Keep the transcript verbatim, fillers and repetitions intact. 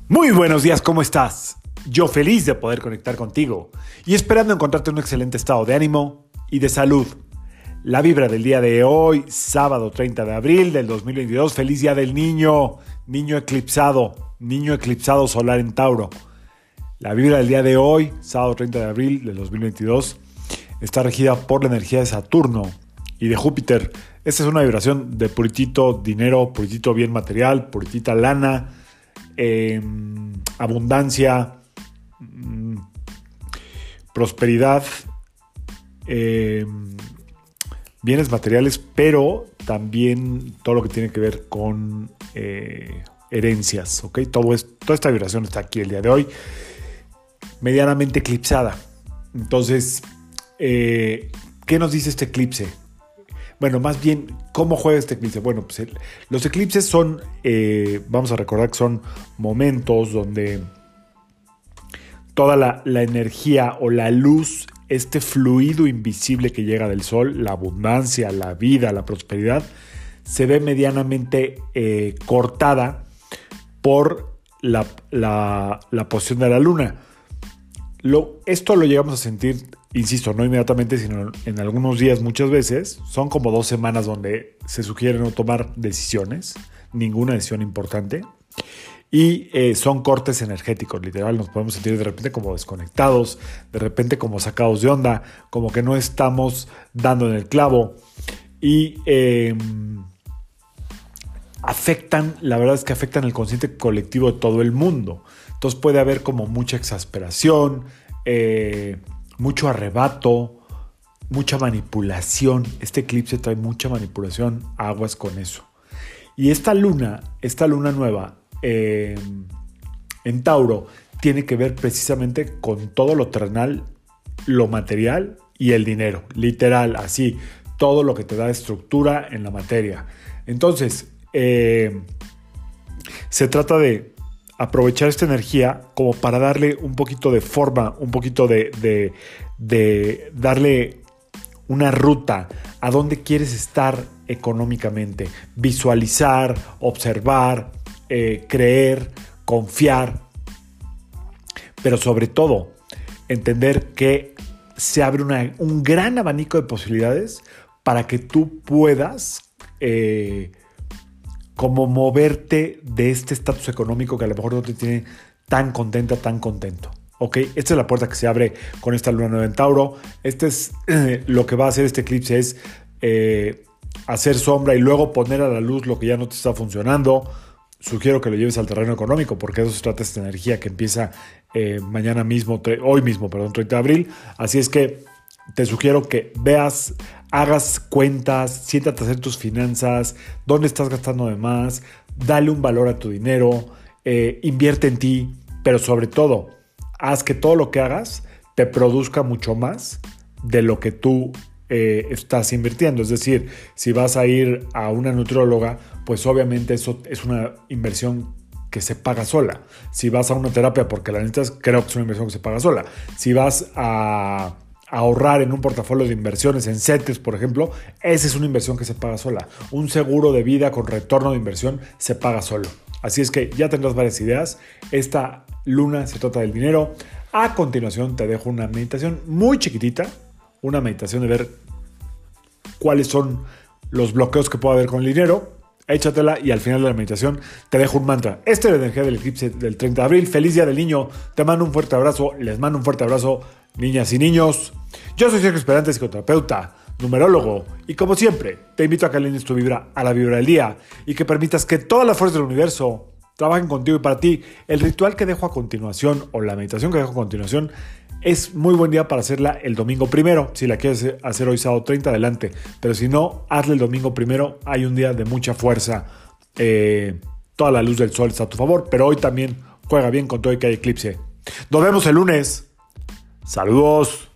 Muy buenos días, ¿cómo estás? Yo feliz de poder conectar contigo y esperando encontrarte en un excelente estado de ánimo y de salud. La vibra del día de hoy, sábado treinta de abril del dos mil veintidós, feliz día del niño, niño eclipsado, niño eclipsado solar en Tauro. La vibra del día de hoy, sábado treinta de abril del dos mil veintidós, está regida por la energía de Saturno y de Júpiter. Esta es una vibración de puritito dinero, puritito bien material, puritita lana, eh, abundancia, mm, prosperidad, eh, bienes materiales, pero también todo lo que tiene que ver con eh, herencias, ¿ok? Todo es, toda esta vibración está aquí el día de hoy, medianamente eclipsada. Entonces, eh, ¿qué nos dice este eclipse? Bueno, más bien, ¿cómo juega este eclipse? Bueno, pues el, los eclipses son, eh, vamos a recordar que son momentos donde toda la, la energía o la luz, este fluido invisible que llega del sol, la abundancia, la vida, la prosperidad, se ve medianamente eh, cortada por la, la, la posición de la luna. Lo, esto lo llegamos a sentir, insisto, no inmediatamente, sino en algunos días, muchas veces. Son como dos semanas donde se sugiere no tomar decisiones, ninguna decisión importante. Y eh, son cortes energéticos, literal, nos podemos sentir de repente como desconectados, de repente como sacados de onda, como que no estamos dando en el clavo. Y eh, afectan, la verdad es que afectan el consciente colectivo de todo el mundo. Entonces puede haber como mucha exasperación, eh, mucho arrebato, mucha manipulación. Este eclipse trae mucha manipulación, aguas con eso. Y esta luna, esta luna nueva eh, en Tauro, tiene que ver precisamente con todo lo terrenal, lo material y el dinero. Literal, así, todo lo que te da estructura en la materia. Entonces, eh, se trata de aprovechar esta energía como para darle un poquito de forma, un poquito de, de, de darle una ruta a dónde quieres estar económicamente, visualizar, observar, eh, creer, confiar, pero sobre todo entender que se abre una, un gran abanico de posibilidades para que tú puedas eh, como moverte de este estatus económico que a lo mejor no te tiene tan contenta, tan contento. ¿Ok? Esta es la puerta que se abre con esta luna nueva en Tauro. Este es eh, lo que va a hacer este eclipse, es eh, hacer sombra y luego poner a la luz lo que ya no te está funcionando. Sugiero que lo lleves al terreno económico, porque eso se trata de esta energía que empieza eh, mañana mismo, hoy mismo, perdón, treinta de abril. Así es que te sugiero que veas, hagas cuentas, siéntate a hacer tus finanzas, dónde estás gastando de más, dale un valor a tu dinero, eh, invierte en ti, pero sobre todo, haz que todo lo que hagas te produzca mucho más de lo que tú eh, estás invirtiendo. Es decir, si vas a ir a una nutrióloga, pues obviamente eso es una inversión que se paga sola. Si vas a una terapia porque la necesitas, creo que es una inversión que se paga sola. Si vas a ahorrar en un portafolio de inversiones, en CETES, por ejemplo, esa es una inversión que se paga sola. Un seguro de vida con retorno de inversión se paga solo. Así es que ya tendrás varias ideas. Esta luna se trata del dinero. A continuación te dejo una meditación muy chiquitita, una meditación de ver cuáles son los bloqueos que puede haber con el dinero. Échatela y al final de la meditación te dejo un mantra. Esta es la energía del eclipse del treinta de abril. Feliz día del niño. Te mando un fuerte abrazo. Les mando un fuerte abrazo, niñas y niños. Yo soy Sergio Esperante, psicoterapeuta, numerólogo, y como siempre, te invito a que alines tu vibra a la vibra del día y que permitas que todas las fuerzas del universo trabajen contigo y para ti. El ritual que dejo a continuación, o la meditación que dejo a continuación, es muy buen día para hacerla el domingo primero. Si la quieres hacer hoy sábado treinta, adelante. Pero si no, hazla el domingo primero. Hay un día de mucha fuerza. Eh, toda la luz del sol está a tu favor, pero hoy también juega bien con todo y que hay eclipse. Nos vemos el lunes. Saludos.